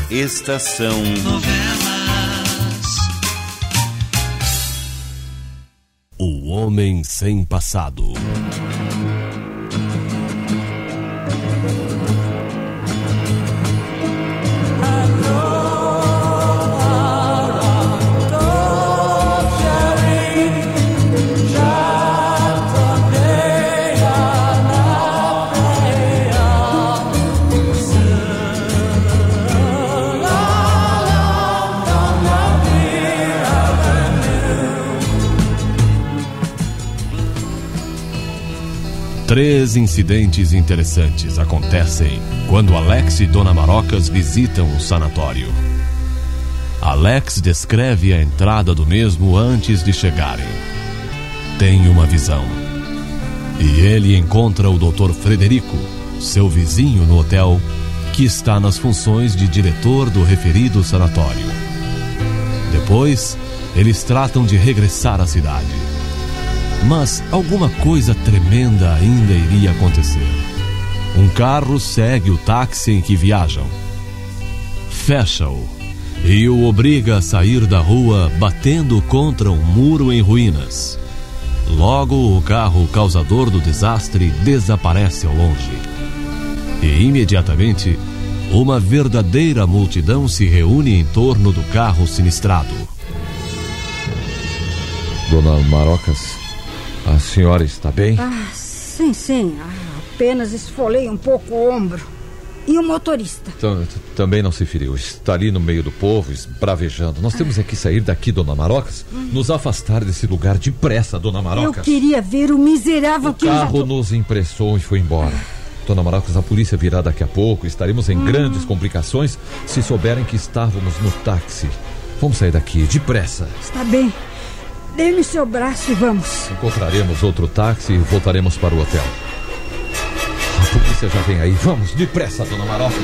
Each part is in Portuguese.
Estação Novelas. O Homem Sem Passado. Três incidentes interessantes acontecem quando Alex e Dona Marocas visitam o sanatório. Alex descreve a entrada do mesmo antes de chegarem. Tem uma visão. E ele encontra o Dr. Frederico, seu vizinho no hotel, que está nas funções de diretor do referido sanatório. Depois, eles tratam de regressar à cidade. Mas alguma coisa tremenda ainda iria acontecer. Um carro segue o táxi em que viajam. Fecha-o e o obriga a sair da rua batendo contra um muro em ruínas. Logo, o carro causador do desastre desaparece ao longe. E imediatamente, uma verdadeira multidão se reúne em torno do carro sinistrado. Dona Marocas, a senhora está bem? Sim. Apenas esfolei um pouco o ombro. E o motorista? Também não se feriu. Está ali no meio do povo, esbravejando. Nós temos é que sair daqui, Dona Marocas. Nos afastar desse lugar depressa, Dona Marocas. Eu queria ver o miserável que... O carro nos impressou e foi embora. Dona Marocas, a polícia virá daqui a pouco. Estaremos em grandes complicações se souberem que estávamos no táxi. Vamos sair daqui, depressa. Está bem. Dê-me seu braço e vamos. Encontraremos outro táxi e voltaremos para o hotel. A polícia já vem aí. Vamos, depressa, Dona Marocas.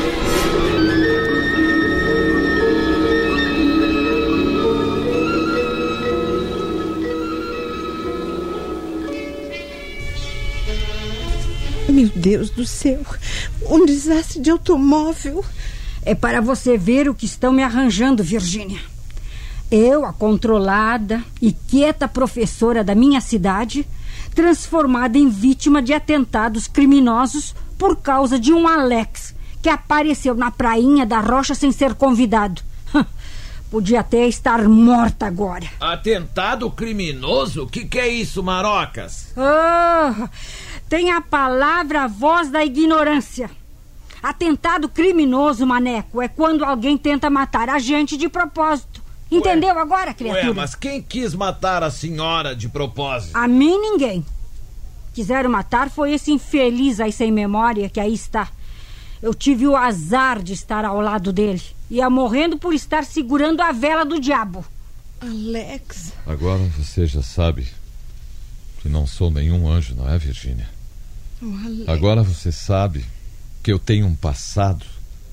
Meu Deus do céu. Um desastre de automóvel. É para você ver o que estão me arranjando, Virgínia. Eu, a controlada e quieta professora da minha cidade, transformada em vítima de atentados criminosos por causa de um Alex que apareceu na prainha da Rocha sem ser convidado. Podia até estar morta agora. Atentado criminoso? Que é isso, Marocas? Tem a palavra, a voz da ignorância. Atentado criminoso, maneco, é quando alguém tenta matar a gente de propósito. Entendeu agora, criatura? Mas quem quis matar a senhora de propósito? A mim, ninguém. Quiseram matar foi esse infeliz aí sem memória que aí está. Eu tive o azar de estar ao lado dele. Ia morrendo por estar segurando a vela do diabo. Alex. Agora você já sabe que não sou nenhum anjo, não é, Virgínia? Agora você sabe que eu tenho um passado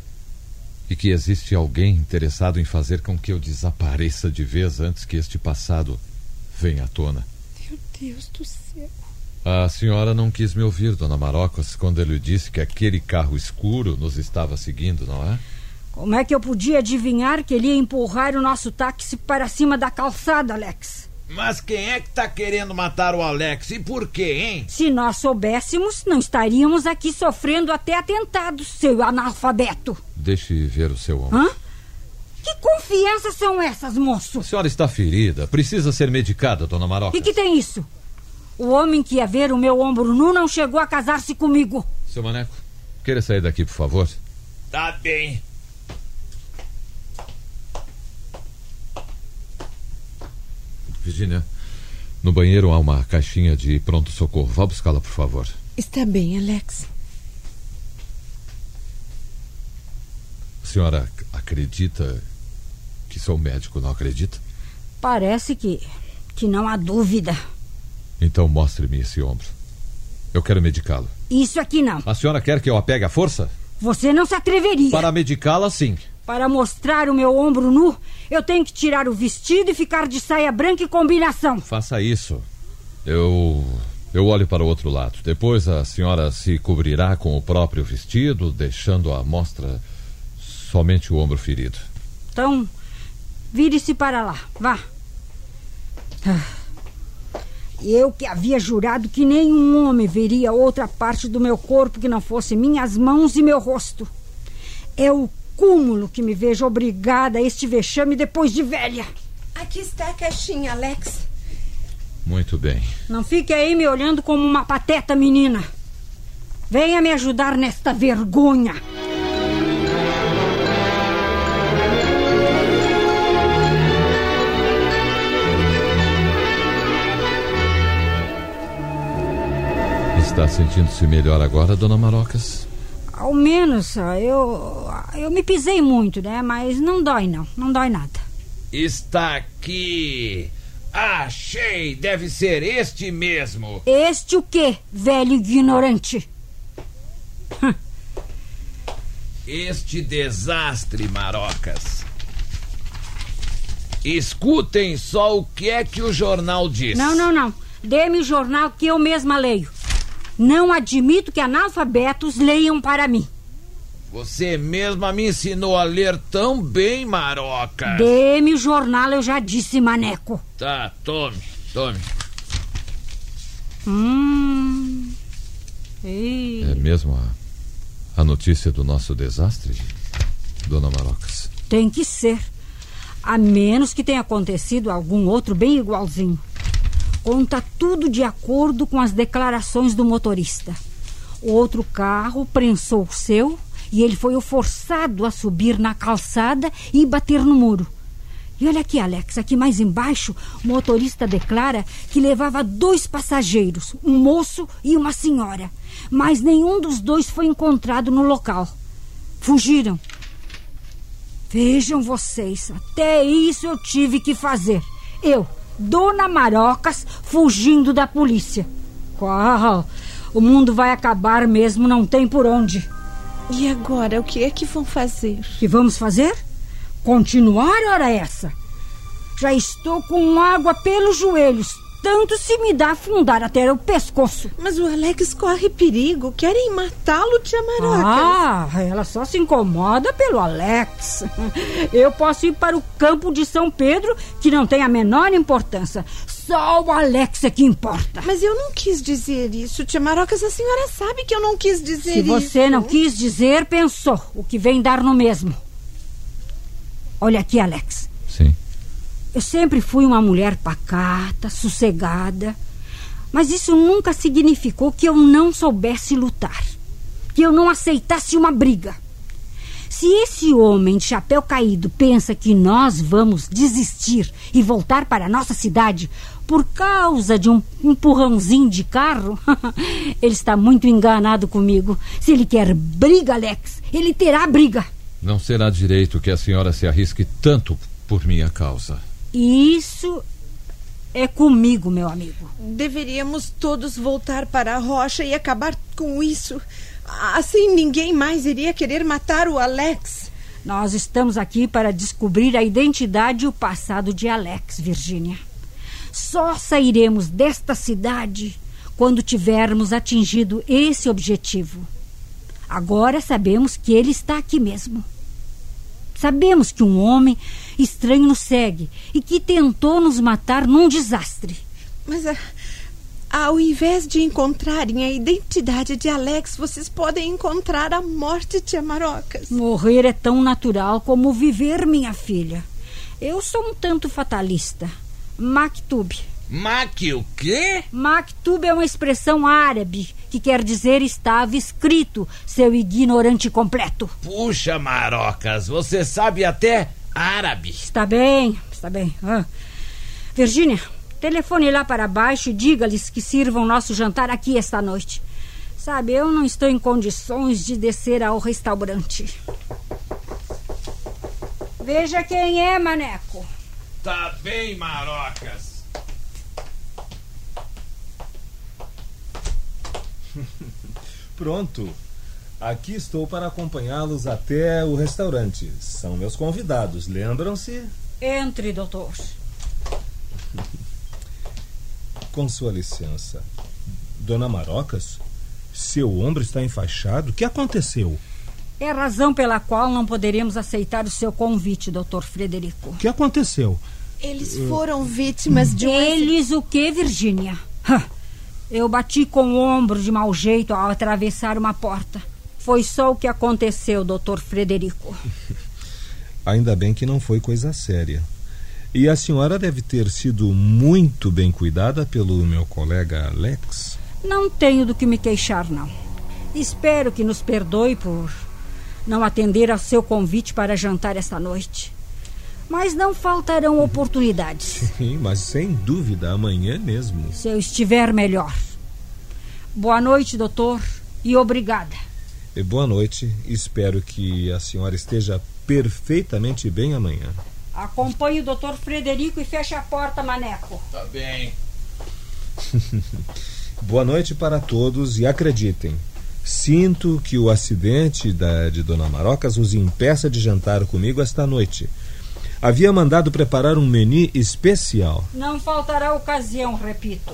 e que existe alguém interessado em fazer com que eu desapareça de vez antes que este passado venha à tona. Meu Deus do céu. A senhora não quis me ouvir, Dona Marocas, quando ele disse que aquele carro escuro nos estava seguindo, não é? Como é que eu podia adivinhar que ele ia empurrar o nosso táxi para cima da calçada, Alex? Mas quem é que tá querendo matar o Alex? E por quê, hein? Se nós soubéssemos, não estaríamos aqui sofrendo até atentados, seu analfabeto. Deixe ver o seu ombro. Que confianças são essas, moço? A senhora está ferida. Precisa ser medicada, Dona Marocas. E que tem isso? O homem que ia ver o meu ombro nu não chegou a casar-se comigo. Seu Maneco, queira sair daqui, por favor? Tá bem. Virgínia, no banheiro há uma caixinha de pronto-socorro. Vá buscá-la, por favor. Está bem, Alex. A senhora acredita que sou médico, não acredita? Parece que não há dúvida. Então mostre-me esse ombro. Eu quero medicá-lo. Isso aqui não. A senhora quer que eu a pegue à força? Você não se atreveria. Para medicá-la, sim. Para mostrar o meu ombro nu, eu tenho que tirar o vestido e ficar de saia branca e combinação. Faça isso. Eu olho para o outro lado. Depois a senhora se cobrirá com o próprio vestido, deixando à mostra somente o ombro ferido. Então, vire-se para lá, vá. Eu que havia jurado que nenhum homem veria outra parte do meu corpo que não fosse minhas mãos e meu rosto. É o cúmulo que me vejo obrigada a este vexame depois de velha. Aqui está a caixinha, Alex. Muito bem. Não fique aí me olhando como uma pateta, menina. Venha me ajudar nesta vergonha. Está sentindo-se melhor agora, dona Marocas? Ao menos, eu me pisei muito, né? Mas não dói, não. Não dói nada. Está aqui. Achei, deve ser este mesmo. Este o quê, velho ignorante? Este desastre, Marocas. Escutem só o que é que o jornal diz. Não. Dê-me o jornal que eu mesma leio. Não admito que analfabetos leiam para mim. Você mesma me ensinou a ler tão bem, Marocas. Dê-me o jornal, eu já disse, maneco. Tá, tome. É mesmo a notícia do nosso desastre, dona Marocas? Tem que ser. A menos que tenha acontecido algum outro bem igualzinho. Conta tudo de acordo com as declarações do motorista. O outro carro prensou o seu e ele foi forçado a subir na calçada e bater no muro. E olha aqui, Alex, aqui mais embaixo, o motorista declara que levava 2 passageiros, um moço e uma senhora. Mas nenhum dos 2 foi encontrado no local. Fugiram. Vejam vocês, até isso eu tive que fazer. Eu, Dona Marocas, fugindo da polícia. Qual? O mundo vai acabar mesmo, não tem por onde. E agora, o que é que vão fazer? O que vamos fazer? Continuar, ora essa. Já estou com água pelos joelhos, tanto se me dá afundar até o pescoço. Mas o Alex corre perigo. Querem matá-lo, tia Marocas. Ela só se incomoda pelo Alex. Eu posso ir para o campo de São Pedro, que não tem a menor importância. Só o Alex é que importa. Mas eu não quis dizer isso, tia Marocas. A senhora sabe que eu não quis dizer isso. Se você não quis dizer, pensou. O que vem dar no mesmo. Olha aqui, Alex. Sim. Eu sempre fui uma mulher pacata, sossegada, mas isso nunca significou que eu não soubesse lutar, que eu não aceitasse uma briga. Se esse homem de chapéu caído pensa que nós vamos desistir e voltar para a nossa cidade por causa de um empurrãozinho de carro, ele está muito enganado comigo. Se ele quer briga, Alex, ele terá briga. Não será direito que a senhora se arrisque tanto por minha causa. Isso é comigo, meu amigo. Deveríamos todos voltar para a rocha e acabar com isso. Assim ninguém mais iria querer matar o Alex. Nós estamos aqui para descobrir a identidade e o passado de Alex, Virgínia. Só sairemos desta cidade quando tivermos atingido esse objetivo. Agora sabemos que ele está aqui mesmo. Sabemos que um homem estranho nos segue e que tentou nos matar num desastre. Mas ao invés de encontrarem a identidade de Alex, vocês podem encontrar a morte, tia Marocas. Morrer é tão natural como viver, minha filha. Eu sou um tanto fatalista. Maktub. O quê? Maktub é uma expressão árabe que quer dizer estava escrito, seu ignorante completo. Puxa, Marocas, você sabe até árabe. Está bem. Virgínia, telefone lá para baixo e diga-lhes que sirvam nosso jantar aqui esta noite. Sabe, eu não estou em condições de descer ao restaurante. Veja quem é, maneco. Tá bem, Marocas. Pronto. Aqui estou para acompanhá-los até o restaurante. São meus convidados, lembram-se? Entre, doutor. Com sua licença. Dona Marocas, seu ombro está enfaixado. O que aconteceu? É a razão pela qual não poderemos aceitar o seu convite, Dr. Frederico. O que aconteceu? Eles foram vítimas de um... Eles o quê, Virgínia? Eu bati com o ombro de mau jeito ao atravessar uma porta. Foi só o que aconteceu, Dr. Frederico. Ainda bem que não foi coisa séria. E a senhora deve ter sido muito bem cuidada pelo meu colega Alex. Não tenho do que me queixar, não. Espero que nos perdoe por não atender ao seu convite para jantar esta noite. Mas não faltarão oportunidades. Sim, mas sem dúvida, amanhã mesmo. Se eu estiver melhor. Boa noite, doutor, e obrigada. E boa noite. Espero que a senhora esteja perfeitamente bem amanhã. Acompanhe o doutor Frederico e feche a porta, Maneco. Tá bem. Boa noite para todos e acreditem, sinto que o acidente de Dona Marocas os impeça de jantar comigo esta noite. Havia mandado preparar um menu especial. Não faltará ocasião, repito.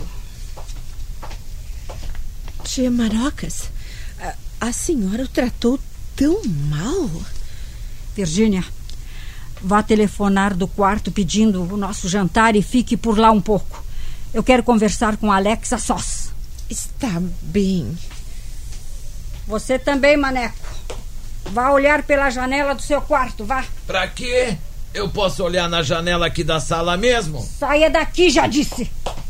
Tia Marocas, a senhora o tratou tão mal? Virgínia, vá telefonar do quarto pedindo o nosso jantar e fique por lá um pouco. Eu quero conversar com Alex a sós. Está bem. Você também, Maneco. Vá olhar pela janela do seu quarto, vá. Pra quê? Eu posso olhar na janela aqui da sala mesmo? Saia daqui, já disse.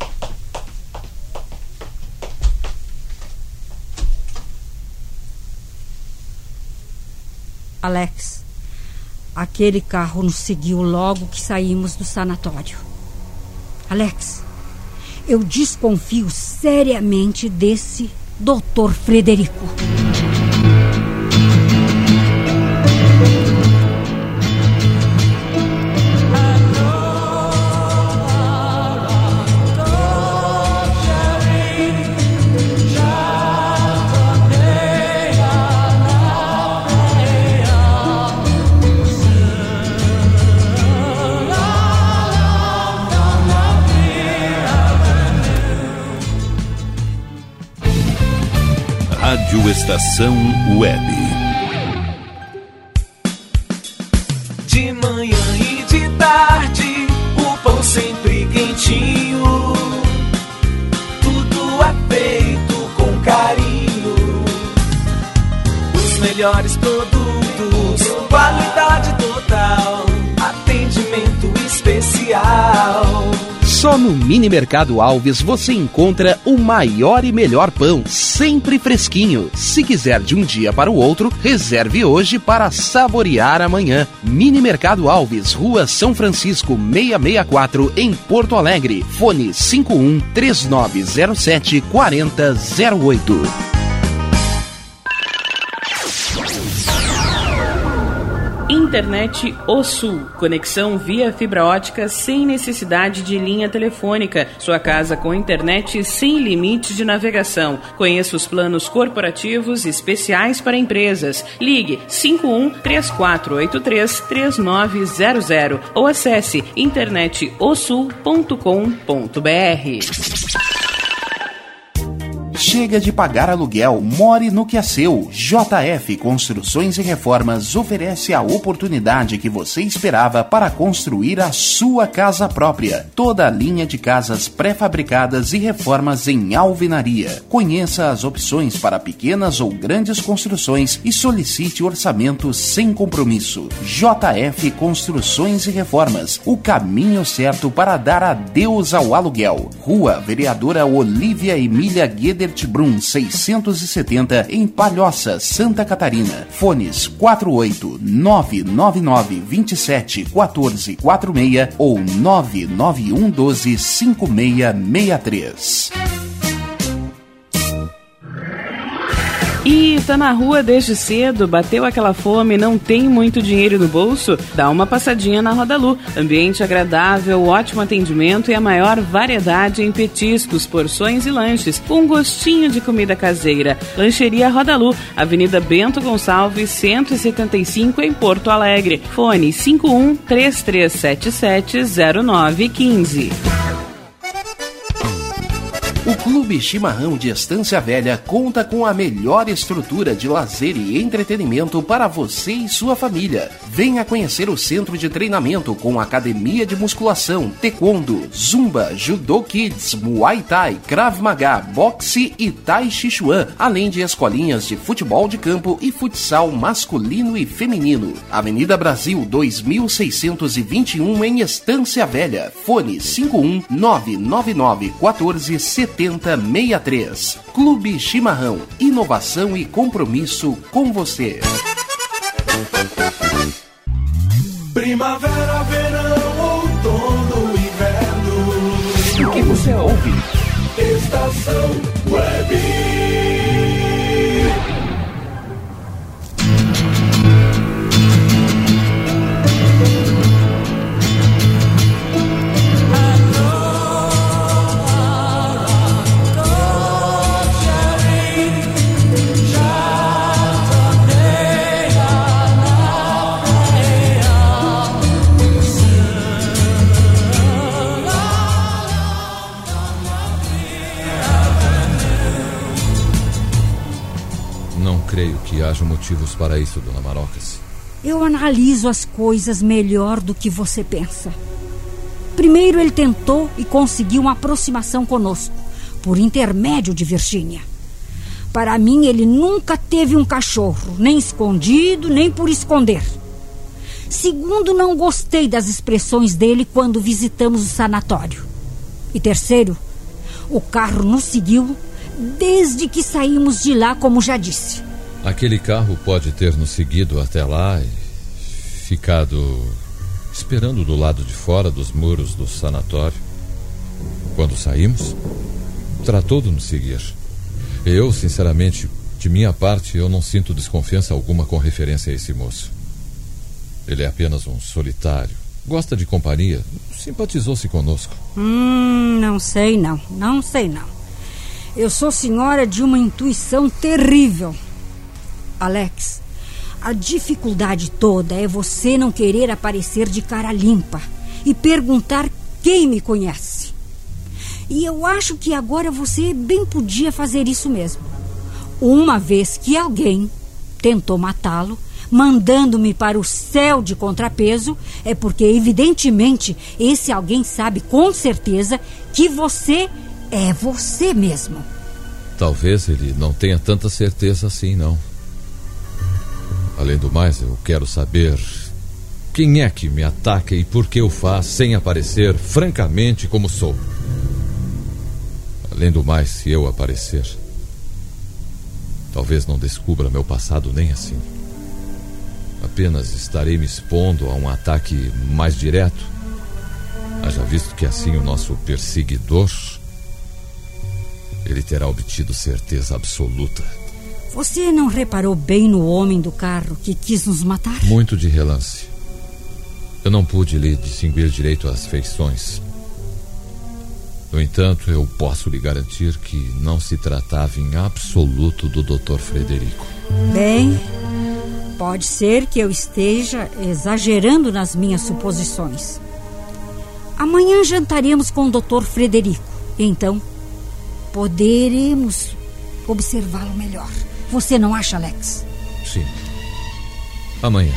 Alex, aquele carro nos seguiu logo que saímos do sanatório. Alex, eu desconfio seriamente desse Dr. Frederico. Rádio Estação Web. De manhã e de tarde, o pão sempre quentinho. Tudo é feito com carinho. Os melhores produtos, qualidade total, atendimento especial. Só no Mini Mercado Alves você encontra o maior e melhor pão, sempre fresquinho. Se quiser de um dia para o outro, reserve hoje para saborear amanhã. Mini Mercado Alves, Rua São Francisco 664, em Porto Alegre. Fone 51-3907-4008. Internet O Sul. Conexão via fibra ótica sem necessidade de linha telefônica. Sua casa com internet sem limite de navegação. Conheça os planos corporativos especiais para empresas. Ligue 51-3483-3900 ou acesse internetosul.com.br. Chega de pagar aluguel, more no que é seu. JF Construções e Reformas oferece a oportunidade que você esperava para construir a sua casa própria. Toda a linha de casas pré-fabricadas e reformas em alvenaria. Conheça as opções para pequenas ou grandes construções e solicite orçamento sem compromisso. JF Construções e Reformas, o caminho certo para dar adeus ao aluguel. Rua Vereadora Olívia Emília Gueder Brum 670, em Palhoça, Santa Catarina. Fones 48999271446 ou 991125663. E tá na rua desde cedo, bateu aquela fome, não tem muito dinheiro no bolso? Dá uma passadinha na Rodalu. Ambiente agradável, ótimo atendimento e a maior variedade em petiscos, porções e lanches, com um gostinho de comida caseira. Lancheria Rodalu, Avenida Bento Gonçalves, 175, em Porto Alegre. Fone 51-3377-0915. O Clube Chimarrão de Estância Velha conta com a melhor estrutura de lazer e entretenimento para você e sua família. Venha conhecer o centro de treinamento com academia de musculação, taekwondo, zumba, judô kids, muay thai, krav maga, boxe e tai chi chuan, além de escolinhas de futebol de campo e futsal masculino e feminino. Avenida Brasil 2621 em Estância Velha. Fone 51 999 14 7063. Clube Chimarrão, inovação e compromisso com você. Primavera, verão, outono, inverno. O que você ouve? Estação Web. Creio que haja motivos para isso, dona Marocas. Eu analiso as coisas melhor do que você pensa. Primeiro ele tentou e conseguiu uma aproximação conosco, por intermédio de Virgínia. Para mim, ele nunca teve um cachorro, nem escondido, nem por esconder. Segundo, não gostei das expressões dele quando visitamos o sanatório. E terceiro, o carro nos seguiu desde que saímos de lá, como já disse. Aquele carro pode ter nos seguido até lá e ficado esperando do lado de fora dos muros do sanatório. Quando saímos, tratou de nos seguir. Eu, sinceramente, de minha parte, eu não sinto desconfiança alguma com referência a esse moço. Ele é apenas um solitário. Gosta de companhia. Simpatizou-se conosco. Não sei não. Eu sou senhora de uma intuição terrível. Alex, a dificuldade toda é você não querer aparecer de cara limpa e perguntar quem me conhece. E eu acho que agora você bem podia fazer isso mesmo. Uma vez que alguém tentou matá-lo, mandando-me para o céu de contrapeso, é porque evidentemente esse alguém sabe com certeza que você é você mesmo. Talvez ele não tenha tanta certeza assim, não. Além do mais, eu quero saber quem é que me ataca e por que o faz sem aparecer francamente como sou. Além do mais, se eu aparecer, talvez não descubra meu passado nem assim. Apenas estarei me expondo a um ataque mais direto. Haja visto que assim o nosso perseguidor, ele terá obtido certeza absoluta. Você não reparou bem no homem do carro que quis nos matar? Muito de relance. Eu não pude lhe distinguir direito as feições. No entanto, eu posso lhe garantir que não se tratava em absoluto do Dr. Frederico. Bem, pode ser que eu esteja exagerando nas minhas suposições. Amanhã jantaremos com o Dr. Frederico. Então, poderemos observá-lo melhor. Você não acha, Alex? Sim. Amanhã.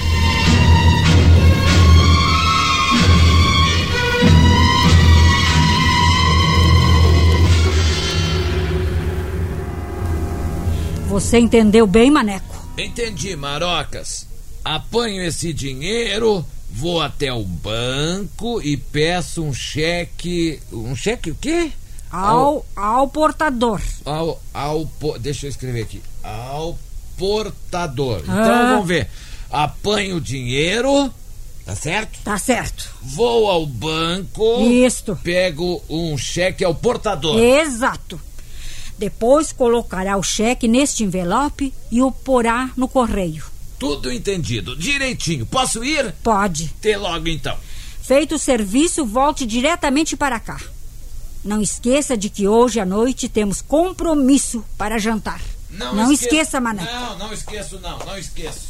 Você entendeu bem, Maneco? Entendi, Marocas. Apanho esse dinheiro, vou até o banco e peço um cheque... Um cheque o quê? Ao portador. Deixa eu escrever aqui. Ao portador. Então vamos ver. Apanho o dinheiro, tá certo? Tá certo. Vou ao banco. Isto. Pego um cheque ao portador. Exato. Depois colocará o cheque neste envelope e o porá no correio. Tudo entendido, direitinho. Posso ir? Pode. Até logo então. Feito o serviço, volte diretamente para cá. Não esqueça de que hoje à noite temos compromisso para jantar. Não esqueça, Mané. Não esqueço, não esqueço.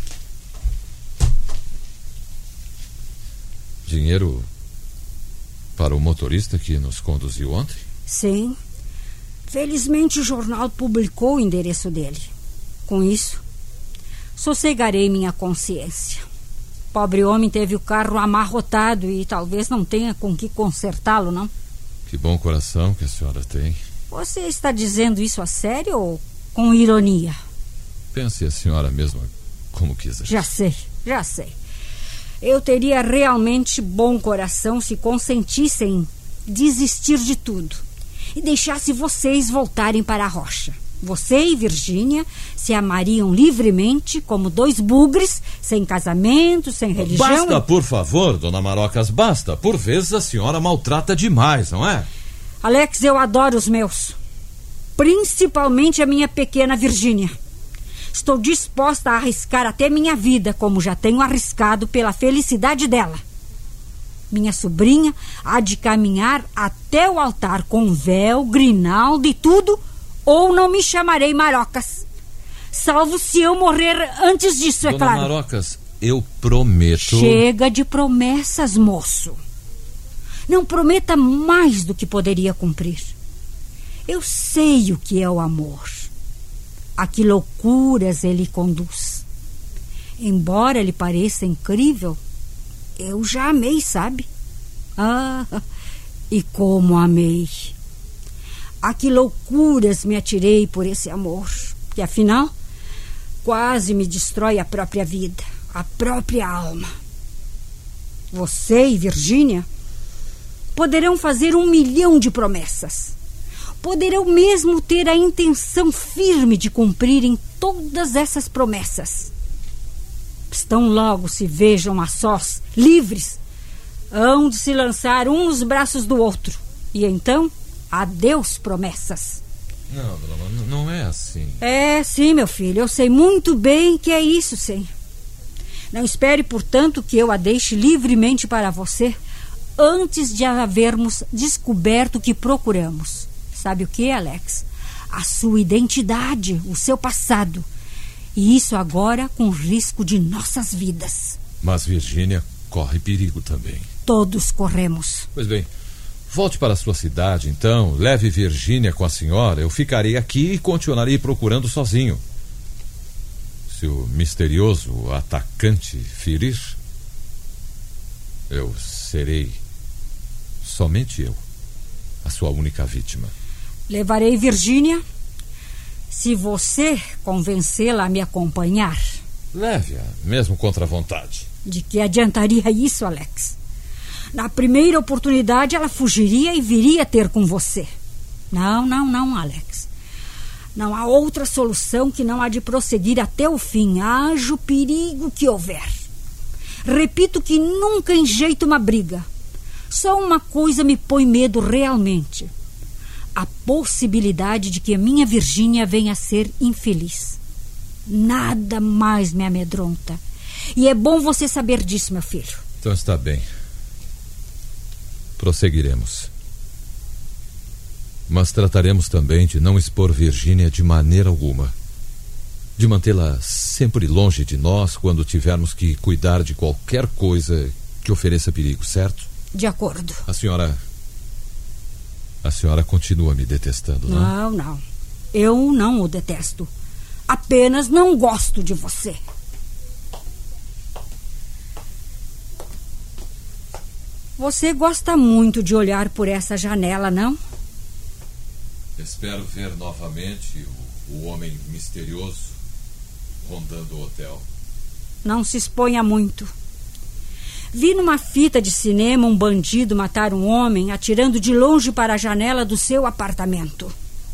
Dinheiro Para o motorista que nos conduziu ontem? Sim. Felizmente o jornal publicou o endereço dele. Com isso, sossegarei minha consciência. Pobre homem teve o carro amarrotado e talvez não tenha com que consertá-lo, não? Que bom coração que a senhora tem. Você está dizendo isso a sério ou com ironia? Pense a senhora mesma como quiser. Já sei. Eu teria realmente bom coração se consentisse em desistir de tudo e deixasse vocês voltarem para a rocha. Você e Virgínia se amariam livremente como dois bugres, sem casamento, sem religião. Basta, por favor, dona Marocas, basta. Por vezes a senhora maltrata demais, não é? Alex, eu adoro os meus. Principalmente a minha pequena Virgínia. Estou disposta a arriscar até minha vida, como já tenho arriscado pela felicidade dela. Minha sobrinha há de caminhar até o altar com véu, grinalda e tudo, ou não me chamarei Marocas. Salvo se eu morrer antes disso, é claro. Dona Marocas, eu prometo... Chega de promessas, moço. Não prometa mais do que poderia cumprir. Eu sei o que é o amor. A que loucuras ele conduz. Embora lhe pareça incrível, eu já amei, sabe? Ah, e como amei. A que loucuras me atirei por esse amor, que afinal quase me destrói a própria vida, a própria alma. Você e Virgínia poderão fazer 1 milhão de promessas. Poderão mesmo ter a intenção firme de cumprirem todas essas promessas. Tão logo se vejam a sós, livres, hão de se lançar um nos braços do outro. E então, adeus promessas. Não, dona, não é assim. É sim, meu filho, eu sei muito bem que é isso, sim. Não espere, portanto, que eu a deixe livremente para você antes de havermos descoberto o que procuramos. Sabe o que, Alex? A sua identidade, o seu passado. E isso agora com risco de nossas vidas. Mas Virgínia corre perigo também. Todos corremos. Pois bem, volte para a sua cidade, então. Leve Virgínia com a senhora. Eu ficarei aqui e continuarei procurando sozinho. Se o misterioso atacante ferir, eu serei somente eu, a sua única vítima. Levarei Virgínia se você convencê-la a me acompanhar. Leve-a, mesmo contra a vontade. De que adiantaria isso, Alex? Na primeira oportunidade ela fugiria e viria ter com você. Não, Alex. Não há outra solução que não há de prosseguir até o fim, haja o perigo que houver. Repito que nunca enjeito uma briga. Só uma coisa me põe medo realmente: a possibilidade de que a minha Virgínia venha a ser infeliz. Nada mais me amedronta. E é bom você saber disso, meu filho. Então está bem. Prosseguiremos. Mas trataremos também de não expor Virgínia de maneira alguma. De mantê-la sempre longe de nós quando tivermos que cuidar de qualquer coisa que ofereça perigo, certo? De acordo. A senhora continua me detestando, não? Não. Eu não o detesto. Apenas não gosto de você. Você gosta muito de olhar por essa janela, não? Espero ver novamente o homem misterioso rondando o hotel. Não se exponha muito. Vi numa fita de cinema um bandido matar um homem atirando de longe para a janela do seu apartamento.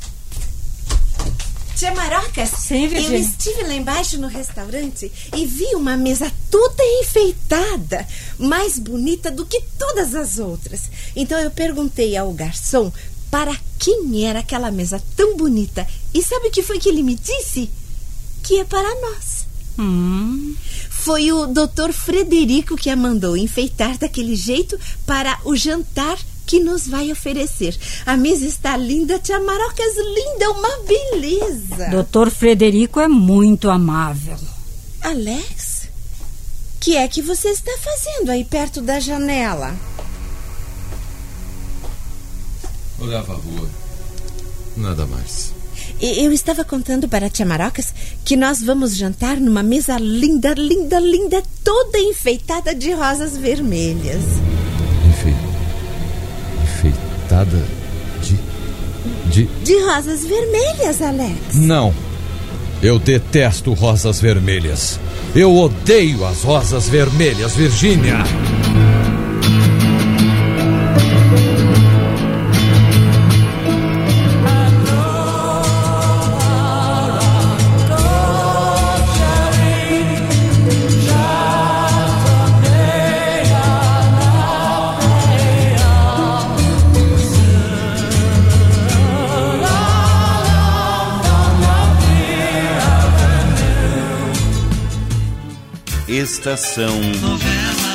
Tia Marocas, sim, Virgínia. Eu estive lá embaixo no restaurante e vi uma mesa toda enfeitada, mais bonita do que todas as outras. Então eu perguntei ao garçom para quem era aquela mesa tão bonita. E sabe o que foi que ele me disse? Que é para nós. Foi o Dr. Frederico que a mandou enfeitar daquele jeito para o jantar que nos vai oferecer. A mesa está linda, tia Marocas, linda, uma beleza. Dr. Frederico é muito amável. Alex, que é que você está fazendo aí perto da janela? Olhava a rua. Nada mais. Eu estava contando para a tia Marocas que nós vamos jantar numa mesa linda, linda, linda, toda enfeitada de rosas vermelhas. Enfeitada de rosas vermelhas, Alex. Não. Eu detesto rosas vermelhas. Eu odeio as rosas vermelhas, Virgínia. Estação Novela.